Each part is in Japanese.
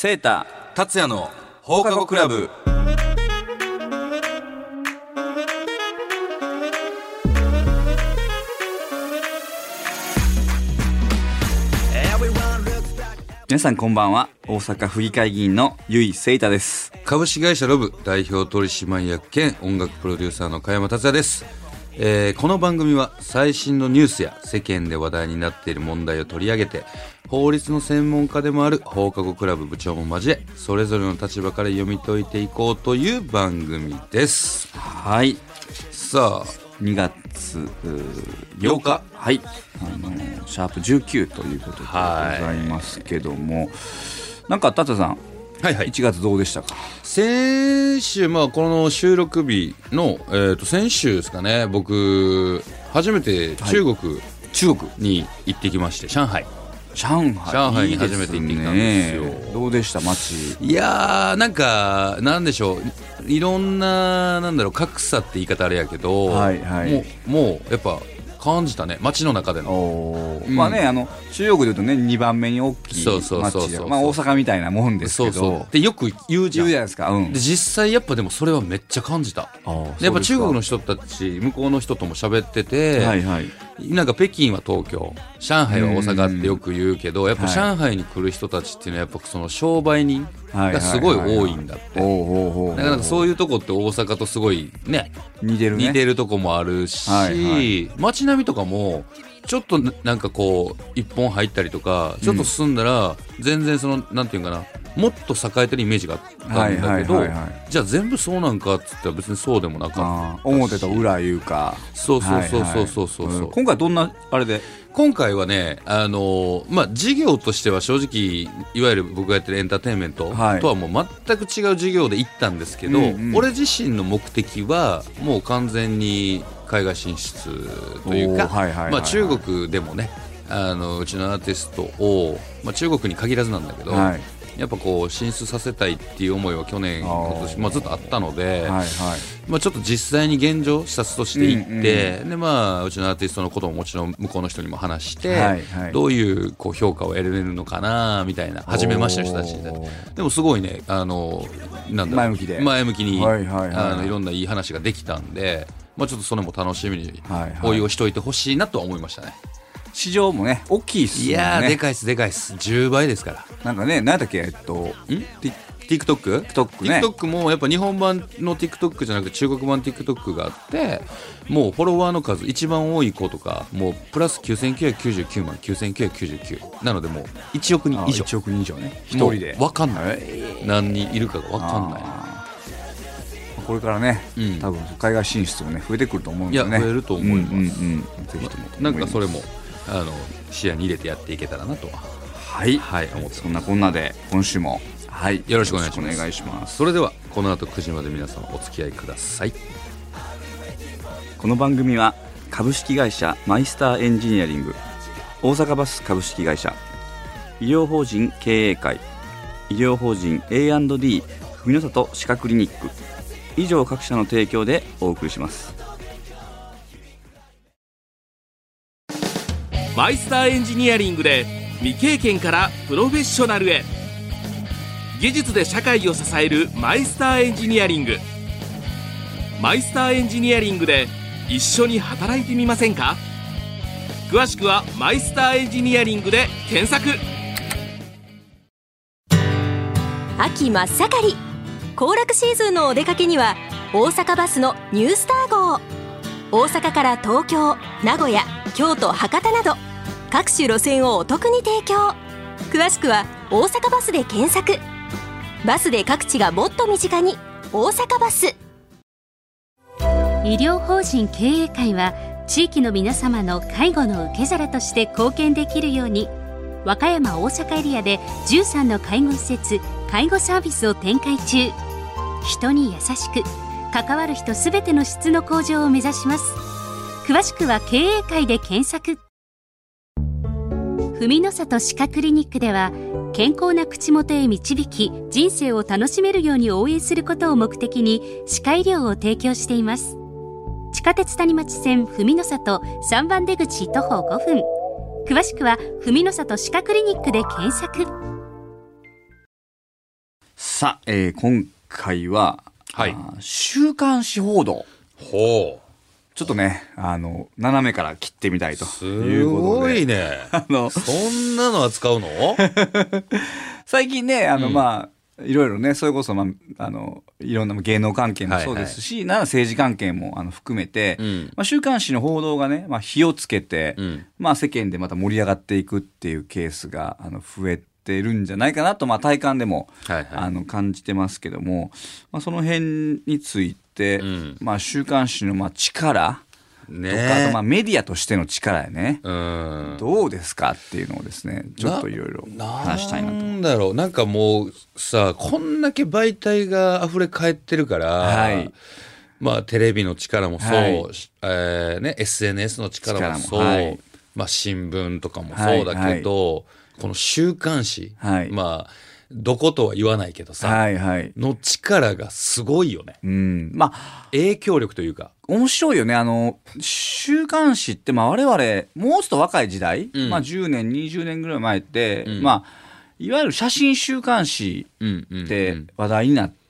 セータ達也の放課後クラブ。 皆さんこんばんは。大阪府議会議員の由井セイタです。 株式会社ロブ代表取締役兼音楽プロデューサーの加山達也です。この番組は最新のニュースや世間で話題になっている問題を取り上げて、法律の専門家でもある放課後クラブ部長も交え、それぞれの立場から読み解いていこうという番組です。 はい。 さあ 2月8日、はい、シャープ19ということでございますけども、なんか達也さん、 はいはい、 1月どうでしたか？ 先週、この収録日の、先週ですかね、僕初めて中国に行ってきまして、上海に初めて行ってきたんですよ。 どうでした街？ いやー、なんでしょう、いろんな格差って言い方あれやけど、はいはい、もうやっぱ感じたね、街の中での。 まあね、中国でいうとね、2番目に大きい街で、大阪みたいなもんですけど、 そうでよく言うじゃないですか、 で実際やっぱでもそれはめっちゃ感じた。やっぱ中国の人たち、向こうの人とも喋ってて、はいはい、なんか北京は東京、上海は大阪ってよく言うけど、やっぱ上海に来る人たちっていうのはやっぱその商売人がすごい多いんだって。なんかそういうとこって大阪とすごいね、似てるとこもあるし、はいはい、街並みとかもちょっとなんかこう一本入ったりとか、ちょっと進んだら全然そのなんていうかな、もっと栄えてるイメージがあったんだけど、じゃあ全部そうなんかっつったら別にそうでもなかったし、 表と裏いうか、そう、今回どんなあれで？ 今回はね、事業としては正直いわゆる僕がやってるエンターテインメントとはもう全く違う事業で行ったんですけど、俺自身の目的はもう完全に海外進出というか、中国でもね、うちのアーティストを、中国に限らずなんだけど、やっぱこう進出させたいっていう思いは去年今年、ずっとあったので、ちょっと実際に現状視察として行って、でうちのアーティストのことももちろん向こうの人にも話して、どういうこう評価を得れるのかなみたいな、初めましての人たちでもすごいね、前向きに、いろんないい話ができたんで、ちょっとそれも楽しみに応用しといてほしいなとは思いましたね。 市場もね、大きいっすもんね。 いやー、でかいっす10倍ですから。 なんかね、何だっけ、 TikTok もやっぱ日本版の TikTok じゃなくて中国版 TikTok があって、もうフォロワーの数一番多い子とかもうプラス9999万9999なので、もう1億人以上。 1億人以上ね、一人で分かんない、何人いるかが分かんない。 これからね、多分海外進出もね増えてくると思うんでね。 いや、増えると思います。 ぜひともなんかそれも視野に入れてやっていけたらなとは思って、そんなこんなで今週もよろしくお願いします。それではこの後9時まで皆様お付き合いください。 この番組は株式会社マイスターエンジニアリング、大阪バス株式会社、医療法人経営会、医療法人 A&D 文の里歯科クリニック以上各社の提供でお送りします。 マイスターエンジニアリングで未経験からプロフェッショナルへ。技術で社会を支えるマイスターエンジニアリング。マイスターエンジニアリングで一緒に働いてみませんか？詳しくはマイスターエンジニアリングで検索。 秋真っ盛り、行楽シーズンのお出かけには大阪バスのニュースター号。大阪から東京、名古屋、京都、博多など各種路線をお得に提供。詳しくは大阪バスで検索。バスで各地がもっと身近に、大阪バス。 医療法人経営会は地域の皆様の介護の受け皿として貢献できるように、和歌山大阪エリアで13の介護施設、介護サービスを展開中。人に優しく関わる人すべての質の向上を目指します。詳しくは経営会で検索。文の里歯科クリニックでは、健康な口元へ導き人生を楽しめるように応援することを目的に歯科医療を提供しています。地下鉄谷町線文の里3番出口徒歩5分。詳しくは文の里歯科クリニックで検索。 さあ、今回は、週刊誌報道。 ほう。 ちょっとね、斜めから切ってみたいということで。 すごいね。そんなの扱うの最近ね、いろいろね、それこそ、いろんな芸能関係もそうですし、政治関係も含めて、週刊誌の報道がね、火をつけて、世間でまた盛り上がっていくっていうケースが増えてるんじゃないかなと、体感でも、感じてますけども、その辺について、週刊誌の力とか、あとメディアとしての力やね、どうですかっていうのをですね、ちょっといろいろ話したいなと。 なんだろう、なんかもうさ、こんだけ媒体が溢れ返ってるから、テレビの力もそう、SNS の力もそう、新聞とかもそうだけど、この週刊誌、どことは言わないけどさ、の力がすごいよね。影響力というか。 面白いよね。週刊誌って我々もうちょっと若い時代、10年20年ぐらい前って、いわゆる写真週刊誌って話題になった、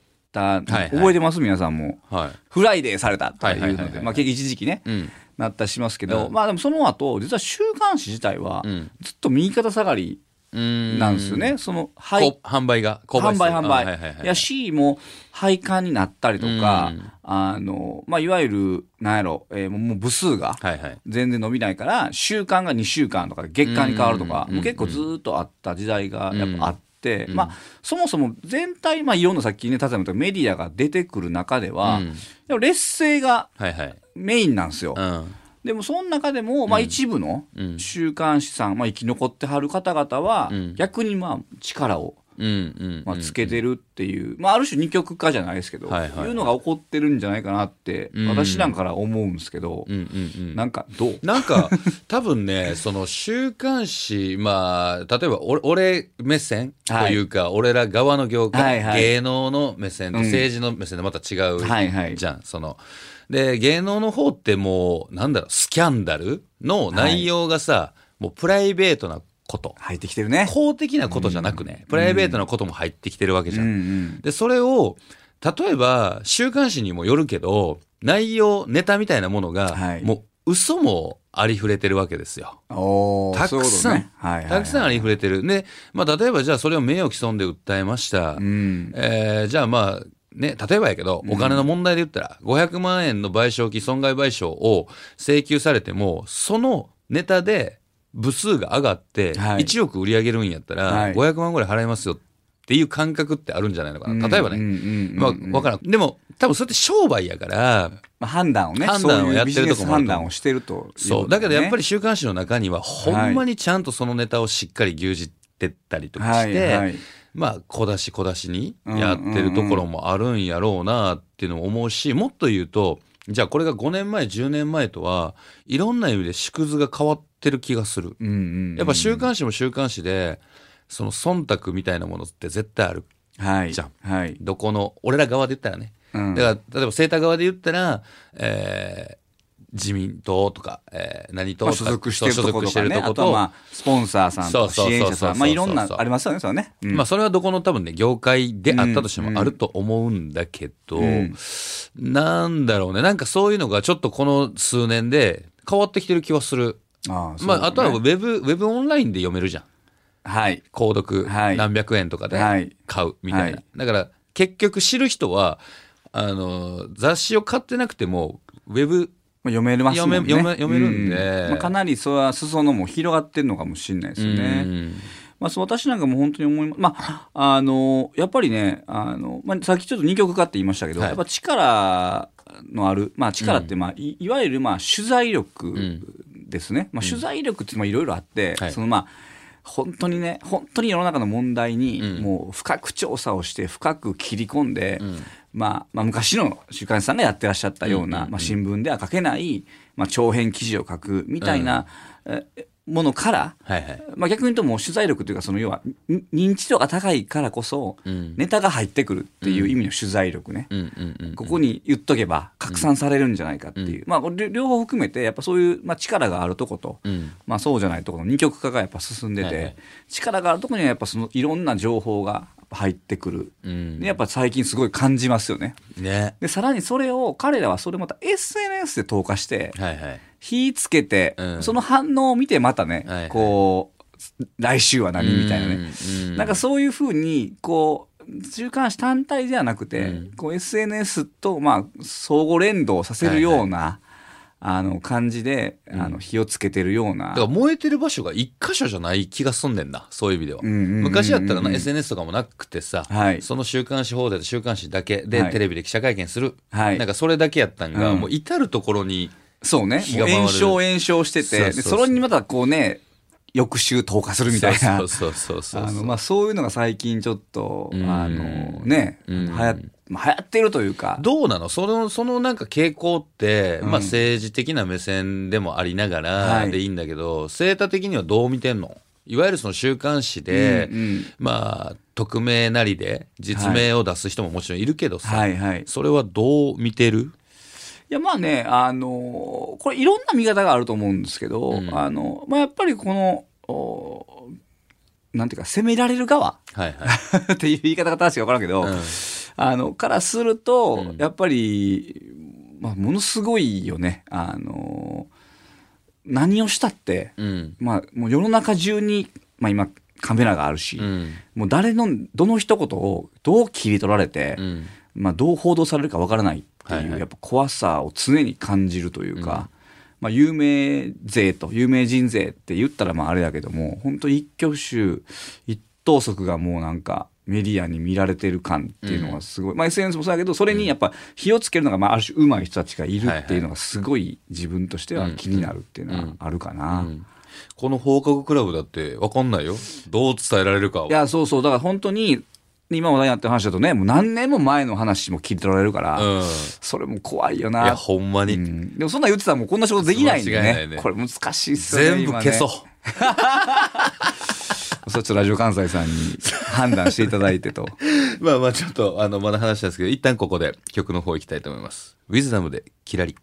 覚えてます皆さんも、フライデーされたというので、結局一時期ね、なったりしますけど、でもその後実は週刊誌自体はずっと右肩下がりなんですよね。その販売が販売やし、もう廃刊になったりとか、いわゆるなんやろ、もう部数が全然伸びないから、週刊が2週間とか月刊に変わるとか、もう結構ずっとあった時代がやっぱあって、そもそも全体、いろんなさっきね、例えばメディアが出てくる中では、劣勢がメインなんですよ。でもその中でも、一部の週刊誌さん、生き残ってはる方々は、逆に力をつけてるっていう、ある種二極化じゃないですけど、いうのが起こってるんじゃないかなって、私なんかから思うんですけど、なんかどう？ なんか多分ね、その週刊誌、例えば俺目線というか、俺ら側の業界、芸能の目線と政治の目線でまた違うじゃん。で、芸能の方ってもう、スキャンダルの内容がさ、もうプライベートなこと入ってきてるね。 公的なことじゃなくね、プライベートなことも入ってきてるわけじゃん。で、それを、例えば、週刊誌にもよるけど、内容、ネタみたいなものが、もう嘘もありふれてるわけですよ。たくさん、たくさんありふれてる。で、例えばじゃあそれを名誉毀損で訴えました。じゃあ例えばやけど、お金の問題で言ったら、500万円の賠償金、損害賠償を請求されても、そのネタで部数が上がって、1億売り上げるんやったら、500万ぐらい払いますよっていう感覚ってあるんじゃないのかな。例えばね。わからん。でも、多分それって商売やから、 判断をね、 判断をやってるとこもあると思う。 判断をしてると。 そう。だけどやっぱり週刊誌の中には、ほんまにちゃんとそのネタをしっかり牛耳ってったりとかして、小出しにやってるところもあるんやろうなっていうのも思うし、もっと言うと、じゃあこれが5年前、10年前とは、いろんな意味で縮図が変わってる気がする。やっぱ週刊誌も週刊誌で、その忖度みたいなものって絶対あるじゃん。どこの、俺ら側で言ったらね。だから、例えば政党側で言ったら、自民党とか、何党とか、 所属してるところとかね、あとはスポンサーさんとか支援者さん、いろんなありますよね、それはね。 それはどこの多分ね、業界であったとしてもあると思うんだけど、なんだろうね、なんかそういうのがちょっとこの数年で変わってきてる気はする。あとはウェブオンラインで読めるじゃん。購読何百円とかで買うみたいな。だから結局知る人は、雑誌を買ってなくても、ウェブ、 読めますもんね。 読めるんで、 かなりそれは裾野も広がってるのかもしれないですよね。私なんかも本当に思います。やっぱりね、さっきちょっと二極化って言いましたけど、やっぱ力のある、力って、いわゆる取材力ですね。取材力っていろいろあって、本当に世の中の問題にもう深く調査をして深く切り込んで、昔の週刊誌さんがやってらっしゃったような、新聞では書けない、長編記事を書くみたいな、ものから、逆に言うともう取材力というか、その要は認知度が高いからこそ、ネタが入ってくるっていう意味の取材力ね、ここに言っとけば拡散されるんじゃないかっていう、両方含めてやっぱそういう、力があるとこと、そうじゃないところの二極化がやっぱ進んでて、力があるところにはやっぱそのいろんな情報が入ってくる、 うん、 でやっぱ最近すごい感じますよね。 ね。 でさらにそれを彼らはそれまた SNS で投下して、 はいはい、 火つけて、 うん、 その反応を見てまたね、 はいはい、 こう来週は何みたいなね、なんかそういうふうにこう週刊誌単体ではなくて、こう SNS とまあ相互連動させるような、はいはい、感じで火をつけてるような、 だから燃えてる場所が一箇所じゃない気がすんねんな、そういう意味では。昔やったらな SNS とかもなくてさ、はい、その週刊誌報道で週刊誌だけでテレビで記者会見する、はい、なんかそれだけやったんが、もう至る所にそうね、炎症してて、それにまたこうね翌週投下するみたいな、そういうのが最近ちょっとね、流行ってるというか。 どうなのそのなんか傾向って、まあ政治的な目線でもありながらでいいんだけど、セータ的にはどう見てんの？いわゆるその週刊誌で、まあ匿名なりで実名を出す人ももちろんいるけどさ、それはどう見てる？ いやまあね、これいろんな見方があると思うんですけど、まあ、やっぱりこのなんていうか攻められる側、っていう言い方が正しいか分からんけど、からすると、やっぱり、まあ、ものすごいよね。何をしたって、まあ、もう世の中中に、まあ、今カメラがあるし、もうどの一言をどう切り取られて、まあ、どう報道されるか分からないっていう、やっぱ怖さを常に感じるというか、まあ、有名人税って言ったらまああれだけども、本当一挙手一投足がもうなんかメディアに見られてる感っていうのがすごい、まあ、SNS もそうだけど、それにやっぱ火をつけるのがまあある種上手い人たちがいるっていうのがすごい自分としては気になるっていうのはあるかな。 この放課後クラブだって分かんないよ、どう伝えられるか。 いやそうだから本当に今話題になってる話だとね、もう何年も前の話も切り取られるから、それも怖いよな。 いやほんまに、 でもそんな言ってたらもうこんな仕事できないんでね。これ難しいっすよね。 全部消そう、 そっちラジオ関西さんに判断していただいてとまあちょっとまだ話したんですけど、一旦ここで曲の方行きたいと思います。ウィズダムでキラリ。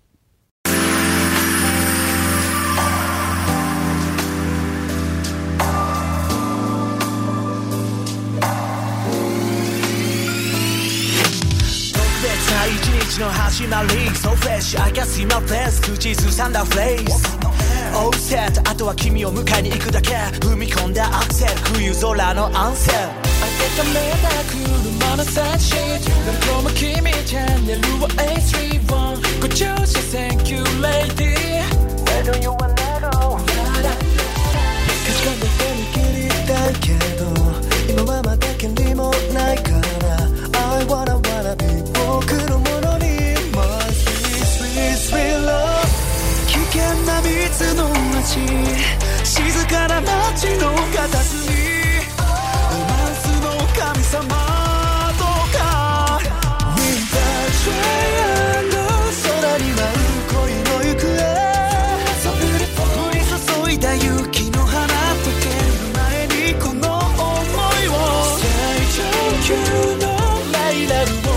一日の始まり So fresh I can see my face 口ずさんだフレーズ All set あとは君を迎えに行くだけ踏み込んだアクセル冬空のアンセル開けた目だ車のサイドシート乗り込む君チャンネルは A31 ご乗車 Thank you lady Where do you wanna go かしこんで踏み切りたいけど今はまだ権利もないから I wanna be僕のものに My sweet sweet love 危険な水の街静かな街の片隅ロマンスの神様どうか Winter Triangle 空に舞う恋の行方降り注いだ雪の花溶ける前にこの想いを最上級のライラルを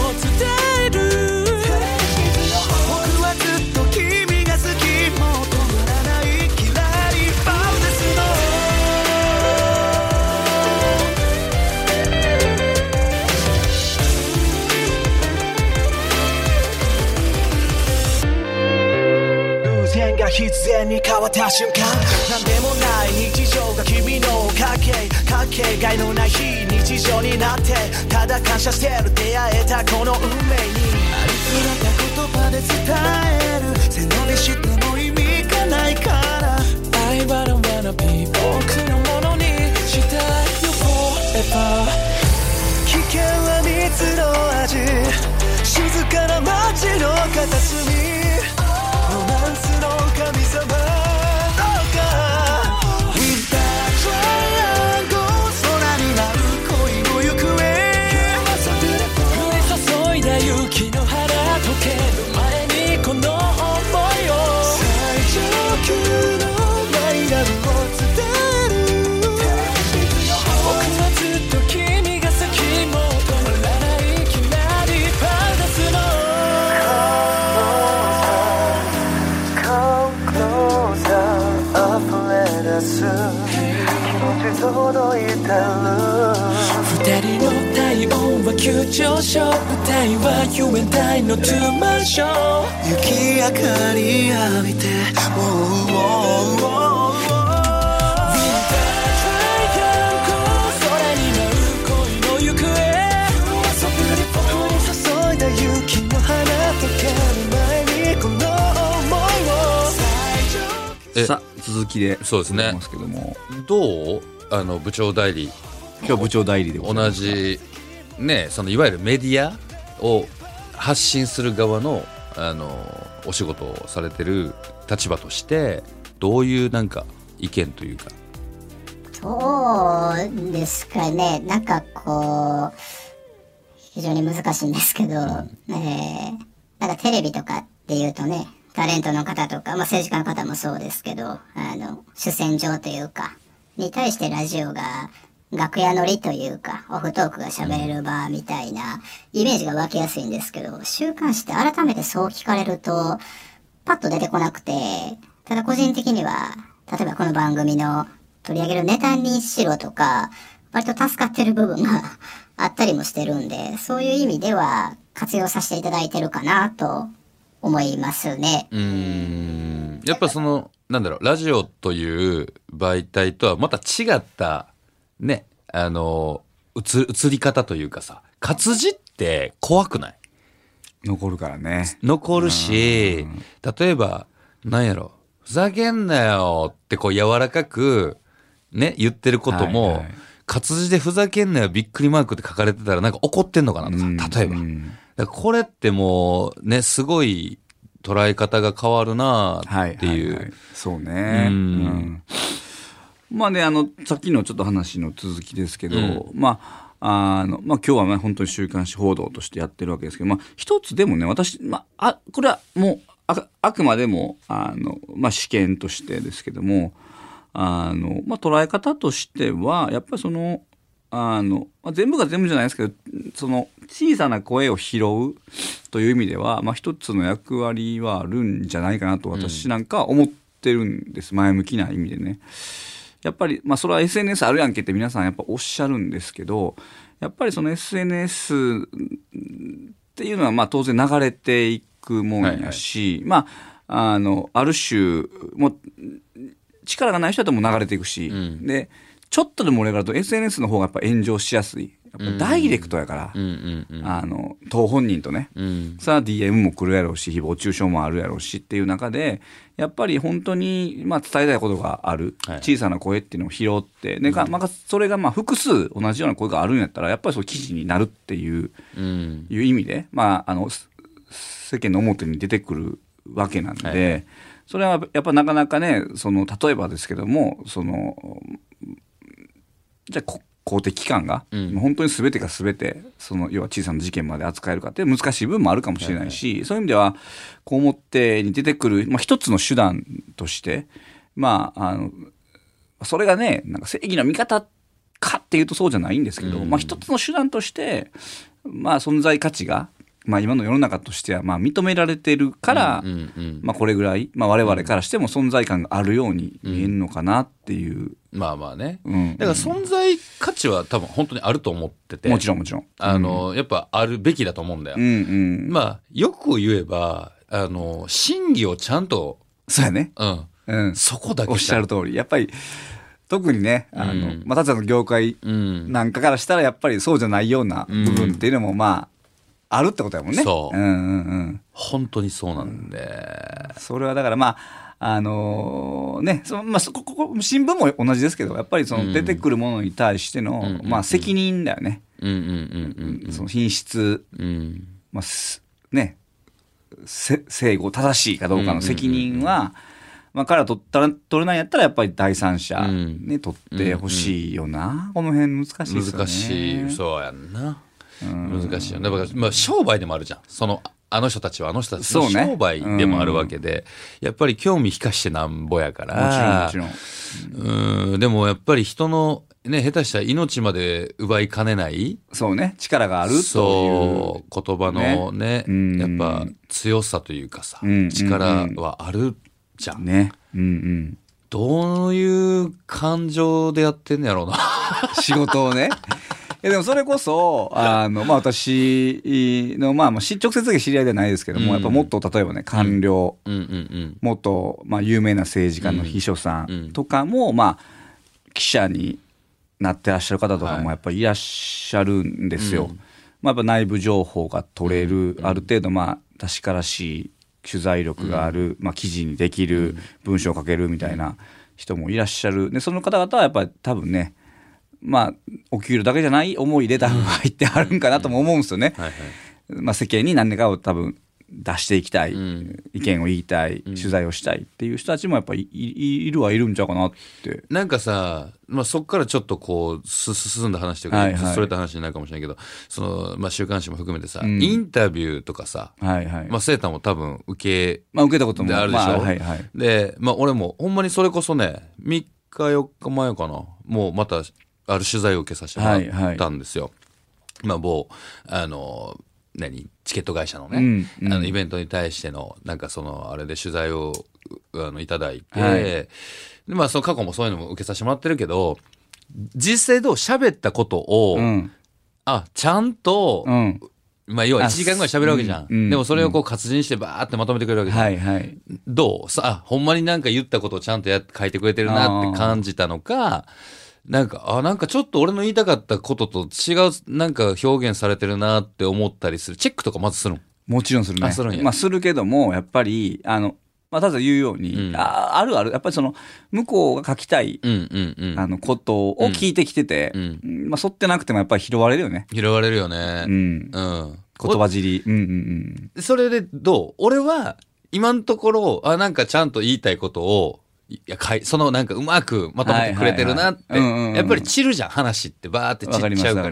必然に変わった瞬間なんでもない日常が君のかけがいのない非日常になってただ感謝してる出会えたこの運命にありふれた言葉で伝える背伸びしても意味がないから I wanna be 僕のものにしたいよ forever 危険は蜜の味静かな街の片隅ロマンスの神様どうか Winter Triangle 空に舞う恋の行方降り注いだ雪の花溶ける前にこの想いを最上級のライラブを伝える僕はずっと君が好きも止まらないきらりパラダイスの気持ち届いてる二人の急上昇舞台は夢台のトゥーマンショー雪明かり浴びてさあ続きでそうですねますけども、 どう部長代理今日部長代理でございます同じねそのいわゆるメディアを発信する側のお仕事をされてる立場としてどういうなんか意見というか。 そうですかね、なんかこう非常に難しいんですけど、なんかテレビとかっていうとね、タレントの方とか、政治家の方もそうですけど、主戦場というかに対してラジオが楽屋乗りというかオフトークが喋れる場みたいなイメージが湧きやすいんですけど、週刊誌って改めてそう聞かれるとパッと出てこなくて、ただ個人的には例えばこの番組の取り上げるネタにしろとか割と助かってる部分があったりもしてるんで、そういう意味では活用させていただいてるかなと思いますね。 やっぱそのなんだろう、ラジオという媒体とはまた違ったね、映り方というかさ、活字って怖くない？ 残るからね。 残るし、例えばなんやろ、ふざけんなよってこう柔らかくね言ってることも、はいはい、活字でふざけんなよびっくりマークって書かれてたらなんか怒ってんのかなとか、例えば。だからこれってもうねすごい捉え方が変わるなっていう、はいはいはい、 そうね、まあねさっきのちょっと話の続きですけど、今日はね本当に週刊誌報道としてやってるわけですけど、一つでもね私、これはもうあくまでも試験としてですけども捉え方としてはやっぱりその全部が全部じゃないですけど、その小さな声を拾うという意味では、一つの役割はあるんじゃないかなと私なんかは思ってるんです、前向きな意味でね。やっぱりそれは SNS あるやんけって皆さんやっぱおっしゃるんですけど、やっぱりその SNS っていうのは当然流れていくもんやし、ある種もう力がない人だとも流れていくし、でちょっとでも盛り上がると SNS の方がやっぱ炎上しやすい。やっぱダイレクトやから、当本人とね、さあ DM も来るやろうし、誹謗中傷もあるやろうしっていう中で、やっぱり本当に伝えたいことがある、小さな声っていうのを拾って、それが複数同じような声があるんやったら、やっぱりそう記事になるっていう、いう意味で、世間の表に出てくるわけなんで、それはやっぱなかなかね、例えばですけども、じゃあ公的機関が、本当に全てが全て要は小さな事件まで扱えるかって難しい部分もあるかもしれないし、そういう意味ではこう表に出てくる、一つの手段としてそれがねなんか正義の味方かっていうとそうじゃないんですけど、一つの手段として存在価値が今の世の中としては認められているから、これぐらい、我々からしても存在感があるように見えるのかなっていう。 ね、だから存在価値は多分本当にあると思ってて、 もちろんやっぱあるべきだと思うんだよ。よく言えば真偽をちゃんとそうやね。 そこだけおっしゃる通り、やっぱり特にねただの業界なんかからしたらやっぱりそうじゃないような部分っていうのもあるってことやもんね。 そう。本当にそうなんで。 それはだから新聞も同じですけど、やっぱり出てくるものに対しての責任だよね。その品質、正誤正しいかどうかの責任は、彼ら取れないんやったらやっぱり第三者に取ってほしいよな。この辺難しいですよね。 難しい。そうやんな。難しいよね。だから商売でもあるじゃん。あの人たちはあの人たちの商売でもあるわけで、やっぱり興味引かしてなんぼやから。 もちろん。 でもやっぱり人のね、下手したら命まで奪いかねない。 そうね、力があるという。 そう、言葉のね、やっぱ強さというかさ、力はあるじゃん。 ね。 どういう感情でやってんのやろうな。 仕事をね。 でもそれこそ私の直接的に知り合いではないですけども、やっぱもっと例えばね官僚、元有名な政治家の秘書さんとかも記者になってらっしゃる方とかもやっぱりいらっしゃるんですよ。やっぱ内部情報が取れる、ある程度確からしい取材力がある、記事にできる、文章を書けるみたいな人もいらっしゃる。でその方々はやっぱり多分ねお給料だけじゃない思いで多分入ってあるんかなとも思うんですよね。世間に何かを多分出していきたい、意見を言いたい、取材をしたいっていう人たちもやっぱりいるはいるんちゃうかなって。 なんかさ、そっからちょっとこう進んだ話というか、ストレート話になるかもしれないけど、その週刊誌も含めてさ、インタビューとかさ、セーターも多分受けたこともあるでしょ。で、俺もほんまにそれこそね、3日4日前かな、もうまたある取材を受けさせてもらったんですよ。某チケット会社のね、イベントに対してのなんかあれで取材をいただいて、でその過去もそういうのも受けさせてもらってるけど、実際どう喋ったことを、ちゃんと、要は1時間ぐらい喋るわけじゃん。でもそれをこう活字にしてバーってまとめてくれるわけじゃん。どうさ、ほんまになんか言ったことをちゃんと書いてくれてるなって感じたのか、なんかちょっと俺の言いたかったことと違うなんか表現されてるなって思ったりする。チェックとかまずするの？ もちろんするね。するけども、やっぱりただ言うように、あるやっぱり向こうが書きたいことを聞いてきてて、沿ってなくてもやっぱり拾われるよね。 拾われるよね。言葉尻。 それでどう？俺は今のところなんかちゃんと言いたいことをなんかうまくまとめてくれてるなって、やっぱり散るじゃん、話ってバーって散っちゃうから。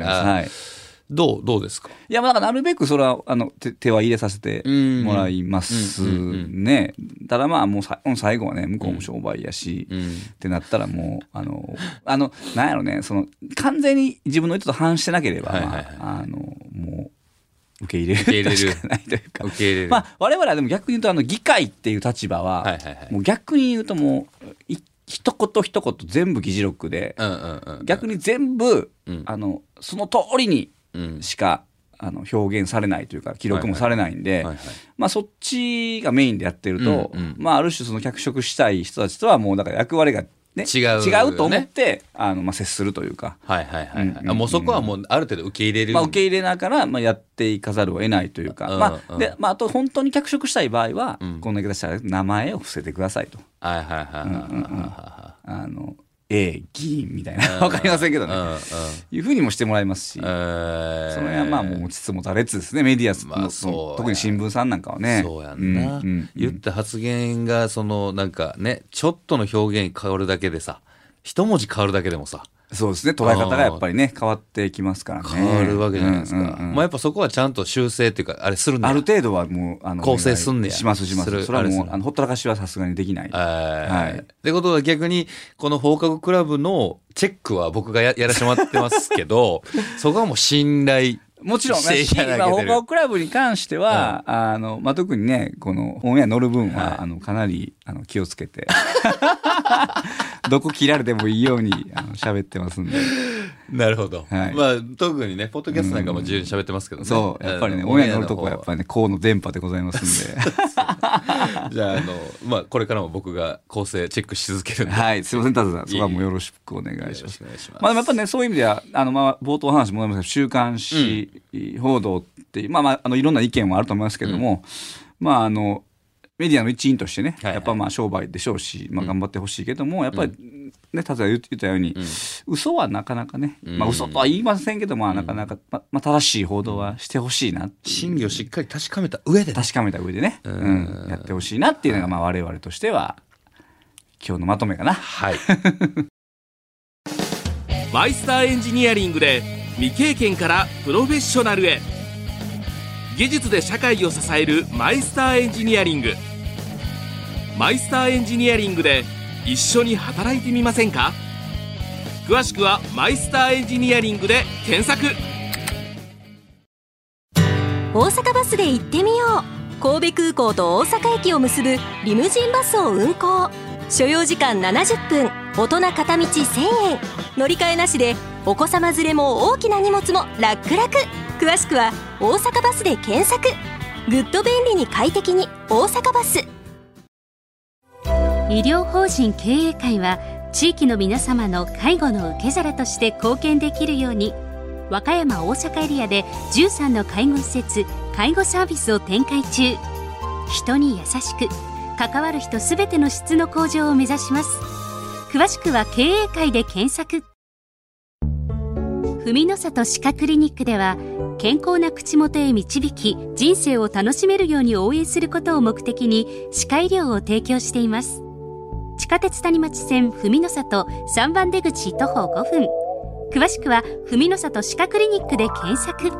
どうですか？ いや、なるべくそれは手は入れさせてもらいますね。ただもう最後はね、向こうも商売やし、ってなったらもうなんやろね、完全に自分の意図と反してなければもう受け入れるしかないというか、 受け入れる。 我々はでも逆に言うと議会っていう立場は、もう逆に言うともう一言一言全部議事録で、逆に全部その通りにしか表現されないというか記録もされないんで、そっちがメインでやってると、ある種脚色したい人たちとはもうだから役割が違うと思って接するというか、 もうそこはもうある程度受け入れる、 受け入れながらやっていかざるを得ないというか、であと本当に脚色したい場合は、こんな言い方したら名前を伏せてくださいと。A 議員みたいな分かりませんけどね、いうふうにもしてもらいますし、それはもう持ちつ持たれつですね、メディア特に新聞さんなんかはね。 そうやんな、言った発言がなんかね、ちょっとの表現変わるだけでさ、一文字変わるだけでもさ、 そうですね、捉え方がやっぱりね変わってきますからね。 変わるわけじゃないですか。やっぱそこはちゃんと修正っていうかあれするんだよ。 ある程度はもう構成すんねや。 します。それはもうほったらかしはさすがにできない。 ってことは逆にこの放課後クラブのチェックは僕がやらせてもらってますけどそこはもう信頼もちろんね、放課後クラブに関しては、特にね、このオンエア乗る分は、かなり気をつけて、どこ切られてもいいように喋ってますんで。 なるほど。特にね、ポッドキャストなんかも自由に喋ってますけどね。 そう、やっぱりね、オンエア乗るとこはやっぱりね、河野電波でございますんで。 じゃあ、これからも僕が構成チェックし続けるんで。 はい、すいません、ただそこはもうよろしくお願いします。やっぱね、そういう意味では、冒頭話もありますけど、週刊誌、報道っていろんな意見はあると思いますけれども、メディアの一員としてね、やっぱ商売でしょうし、頑張ってほしいけども、やっぱりね、ただ言ったように、嘘はなかなかね、嘘とは言いませんけども、なかなか正しい報道はしてほしいな、 真偽をしっかり確かめた上でね、やってほしいなっていうのが我々としては今日のまとめかな。 はい。 マイスターエンジニアリングで未経験からプロフェッショナルへ。技術で社会を支えるマイスターエンジニアリング。マイスターエンジニアリングで一緒に働いてみませんか？詳しくはマイスターエンジニアリングで検索。 大阪バスで行ってみよう。神戸空港と大阪駅を結ぶリムジンバスを運行。所要時間70分、大人片道1000円。乗り換えなしでお子様連れも大きな荷物も楽々。詳しくは大阪バスで検索。グッド便利に快適に大阪バス。 医療法人経営会は地域の皆様の介護の受け皿として貢献できるように、和歌山大阪エリアで13の介護施設介護サービスを展開中。人に優しく関わる人すべての質の向上を目指します。詳しくは経営会で検索。ふみのさと歯科クリニックでは、健康な口元へ導き人生を楽しめるように応援することを目的に歯科医療を提供しています。地下鉄谷町線ふみのさと3番出口徒歩5分。詳しくはふみのさと歯科クリニックで検索。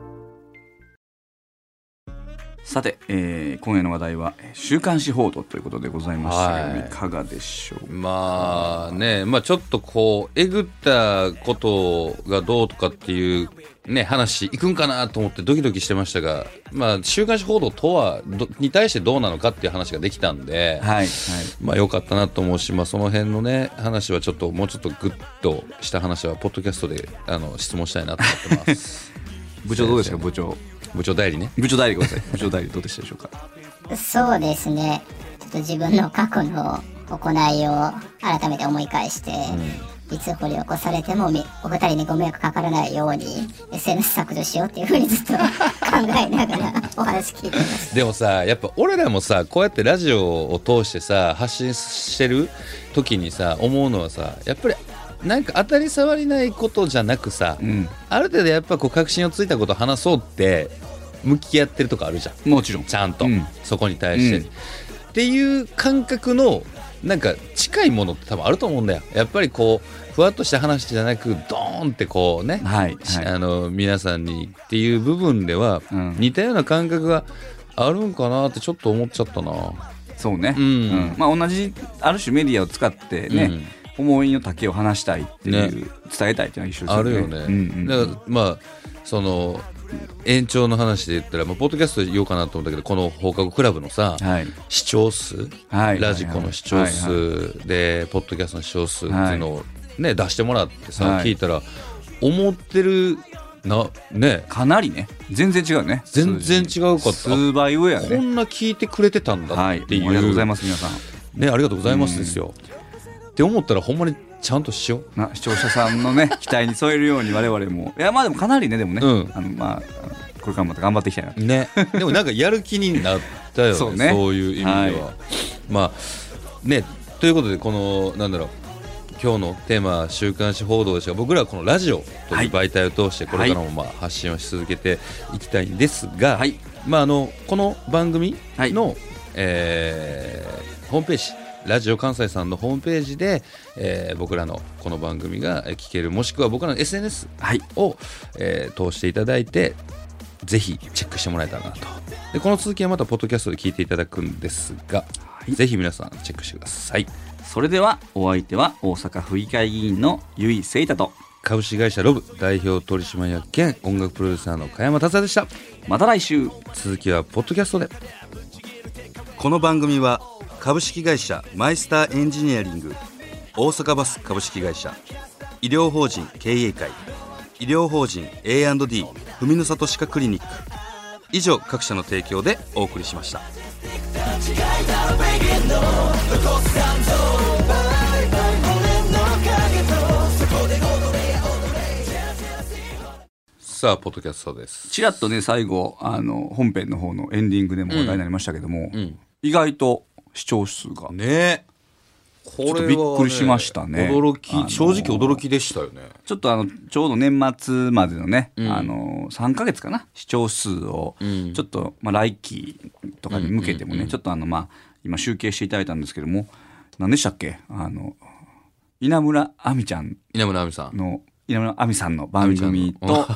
さて、今夜の話題は週刊誌報道ということでございましたが、いかがでしょうか。 まあね、ちょっとこうえぐったことがどうとかっていうね話いくんかなと思ってドキドキしてましたが、週刊誌報道とはに対してどうなのかっていう話ができたんで、良かったなと思うし、その辺のね話はもうちょっとグッとした話はポッドキャストで質問したいなと思ってます部長どうですか。部長代理ね。部長代理ごめんなさい。部長代理どうでしたでしょうか。 そうですね、ちょっと自分の過去の行いを改めて思い返して、いつ掘り起こされてもお二人にご迷惑かからないように SNS 削除しようっていうふうにずっと考えながらお話聞いてました。 でもさ、やっぱ俺らもさ、こうやってラジオを通してさ発信してる時にさ思うのはさ、やっぱりなんか当たり障りないことじゃなくさ、ある程度やっぱこう確信をついたことを話そうって向き合ってるとこあるじゃん。 もちろんちゃんと、そこに対して、っていう感覚のなんか近いものって多分あると思うんだよ。やっぱりこうふわっとした話じゃなくドーンってこうね、皆さんにっていう部分では、似たような感覚があるんかなってちょっと思っちゃったな。 そうね、同じある種メディアを使ってね、思いの丈を話したいっていう、伝えたいっていうのは一緒ですよね。 あるよね、だからその延長の話で言ったら、ポッドキャストで言おうかなと思ったけど、この放課後クラブのさ、視聴数、ラジコの視聴数でポッドキャストの視聴数っていうのを、出してもらってさ、聞いたら思ってるかなりね全然違うね。 全然違うかった。 数倍上やね。 こんな聞いてくれてたんだっていう、 ありがとうございます皆さんね。ありがとうございますですよ、って思ったらほんまにちゃんとしよう。 視聴者さんのね期待に添えるように我々もでもかなりね、でもね、これからまた頑張っていきたいなね。でもなんかやる気になったよね。そういう意味では、ということで、この今日のテーマ週刊誌報道ですが、僕らはこのラジオという媒体を通してこれからも発信をし続けていきたいんですが、この番組の、ホームページ、ラジオ関西さんのホームページで、僕らのこの番組が聞ける、もしくは僕らの SNS を、通していただいて、ぜひチェックしてもらえたらなと。でこの続きはまたポッドキャストで聞いていただくんですが、ぜひ皆さんチェックしてください。 それではお相手は大阪府議会議員の由井誠太と株式会社ロブ代表取締役兼音楽プロデューサーの加山達也でした。 また来週。 続きはポッドキャストで。 この番組は株式会社マイスターエンジニアリング、大阪バス株式会社、医療法人経営会、医療法人 A&D ふみのさと歯科クリニック、以上各社の提供でお送りしました。 さあポッドキャストです。 ちらっとね最後本編の方のエンディングでも話題になりましたけども、意外と視聴数がね、 ちょっとびっくりしましたね。 正直驚きでしたよね。 ちょっとちょうど年末までのね、3ヶ月かな、視聴数をちょっと、来期とかに向けてもね、ちょっと今集計していただいたんですけども、何でしたっけ、稲村亜美ちゃん稲村亜美さんの番組と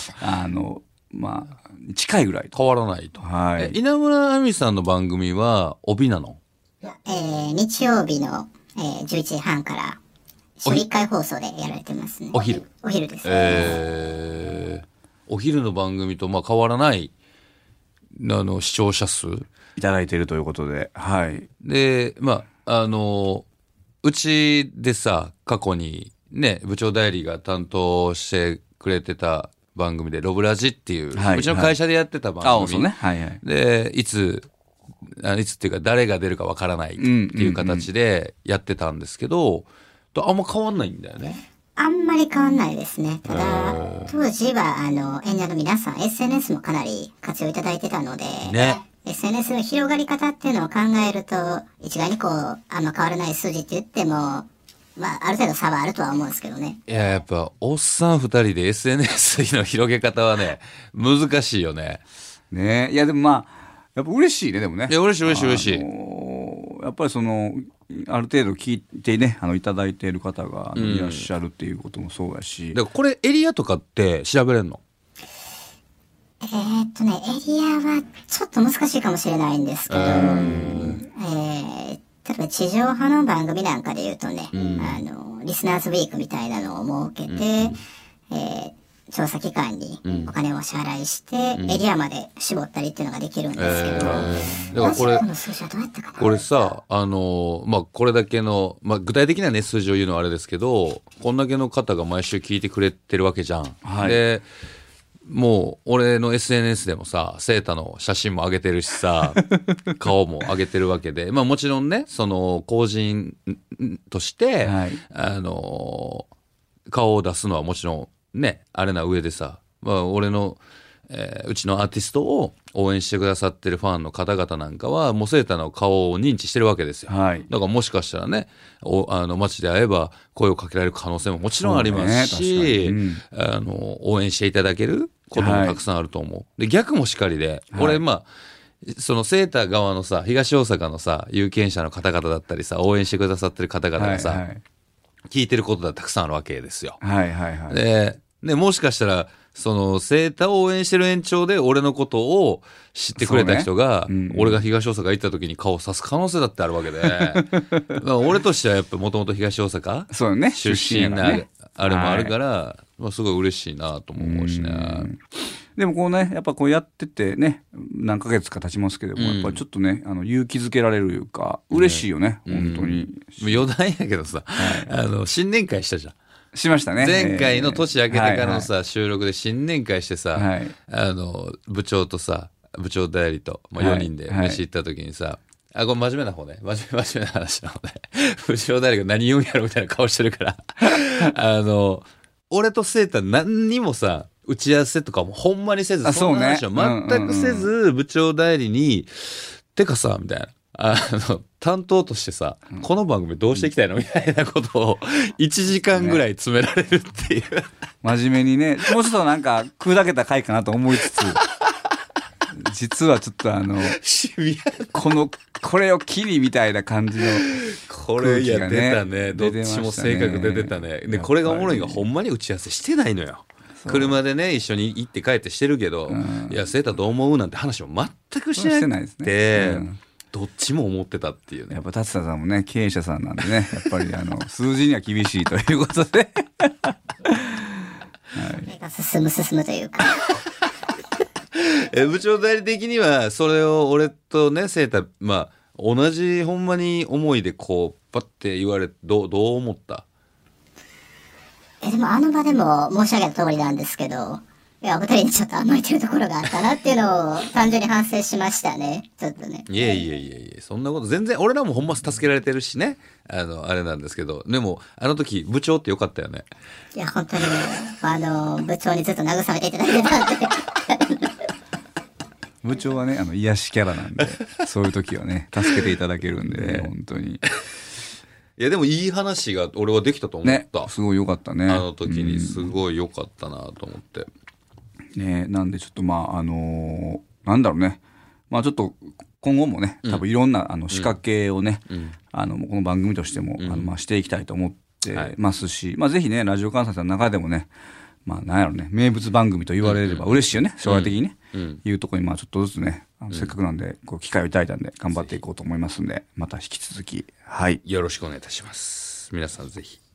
近いぐらいと変わらないと、稲村亜美さんの番組は帯なの？ 日曜日の、11時半から週1回放送でやられてますね。お昼ですね。 お昼の番組と変わらない視聴者数いただいているということで、 でうちでさ過去にね、部長代理が担当してくれてた番組でロブラジっていう、 はい、 うちの会社でやってた番組、 ね、はいはい、 でいつっていうか誰が出るかわからないっていう形でやってたんですけど、あんま変わんないんだよね。 あんまり変わんないですね。ただ当時は演者の皆さん SNS もかなり活用いただいてたので、ね、SNS の広がり方っていうのを考えると一概にこうあんま変わらない数字って言っても、まあ、ある程度差はあるとは思うんですけどね。 いや、やっぱおっさん2人で SNS の広げ方はね難しいよね。 ね、いやでもまあやっぱ嬉しいね。でもね、 いや嬉しい、 やっぱりそのある程度聞いてねいただいている方がいらっしゃるっていうこともそうやし、 だからこれエリアとかって調べれるの？ エリアはちょっと難しいかもしれないんですけど、例えば地上波の番組なんかで言うとね、リスナーズウィークみたいなのを設けて、調査機関にお金をお支払いして、エリアまで絞ったりっていうのができるんですけど、 だからこの数字はどうやったかな。 これさ、まあ、これだけの、まあ、具体的なね、数字を言うのはあれですけど、こんだけの方が毎週聞いてくれてるわけじゃん。はい、で、もう、俺の SNS でもさ、セータの写真も上げてるしさ、顔も上げてるわけで、まあもちろんね、その、公人として、はい、顔を出すのはもちろん、ね、あれな上でさ、まあ、俺の、うちのアーティストを応援してくださってるファンの方々なんかはもうセータの顔を認知してるわけですよ、はい、だからもしかしたらね街で会えば声をかけられる可能性ももちろんありますし、応援していただけることもたくさんあると思う、で逆もしかりで、俺まあそのセータ側のさ東大阪のさ有権者の方々だったりさ応援してくださってる方々がさ、聞いてることがたくさんあるわけですよ。でもしかしたらそのセータを応援してる延長で俺のことを知ってくれた人が、俺が東大阪行った時に顔を指す可能性だってあるわけで俺としてはやっぱもともと東大阪出身なあれもあるから、まあ、すごい嬉しいなとも思うしね。 でもこうねやっぱこうやっててね何ヶ月か経ちますけども、やっぱりちょっとね勇気づけられるというか嬉しいよね、本当に。 余談やけどさ、新年会したじゃん。 しましたね。 前回の年明けてからのさ、収録で新年会してさ、部長とさ部長代理と、まあ、4人で飯行った時にさ、これ真面目な方ね真面目な話なので部長代理が何言うんやろみたいな顔してるから俺とセータ何にもさ打ち合わせとかもほんまにせず、そんな話を全くせず、部長代理にてかさみたいな担当としてさ、この番組どうしていきたいのみたいなことを1時間ぐらい詰められるっていう、 真面目にね、もうちょっとなんか砕けた回かなと思いつつ実はちょっとこれをキリみたいな感じのこれいや出たね、どっちも性格出てたね。でこれがおもろいがほんまに打ち合わせしてないのよ。車でね一緒に行って帰ってしてるけど、いやセータどう思うなんて話も全くしてなくて、どっちも思ってたっていうね。 やっぱ達田さんもね経営者さんなんでねやっぱり数字には厳しいということで進むというか部長代理的にはそれを俺とねセータまあ同じほんまに思いでこうパッて言われどう思った？ でも場でも申し上げた通りなんですけど、いやお二人にちょっと甘えてるところがあったなっていうのを単純に反省しましたね。ちょっとね。いやそんなこと全然俺らもほんま助けられてるしねあれなんですけど、でも時部長ってよかったよね。 いや本当に部長にずっと慰めていただいてたんで部長はね癒しキャラなんでそういう時はね助けていただけるんでね本当に。 いやでもいい話が俺はできたと思った、 ね、すごい良かったね。 時にすごい良かったなと思って、 ね、なんでちょっとまあなんだろうね、まあちょっと今後もね多分いろんな仕掛けをね、この番組としても、まあしていきたいと思ってますし、まあぜひねラジオ関西さんの中でもねまあなんやろね名物番組と言われれば嬉しいよね、将来的にね、いうところにまあちょっとずつねせっかくなんでこう機会をいただいたんで頑張っていこうと思いますんで、また引き続きはいよろしくお願いいたします。皆さんぜひ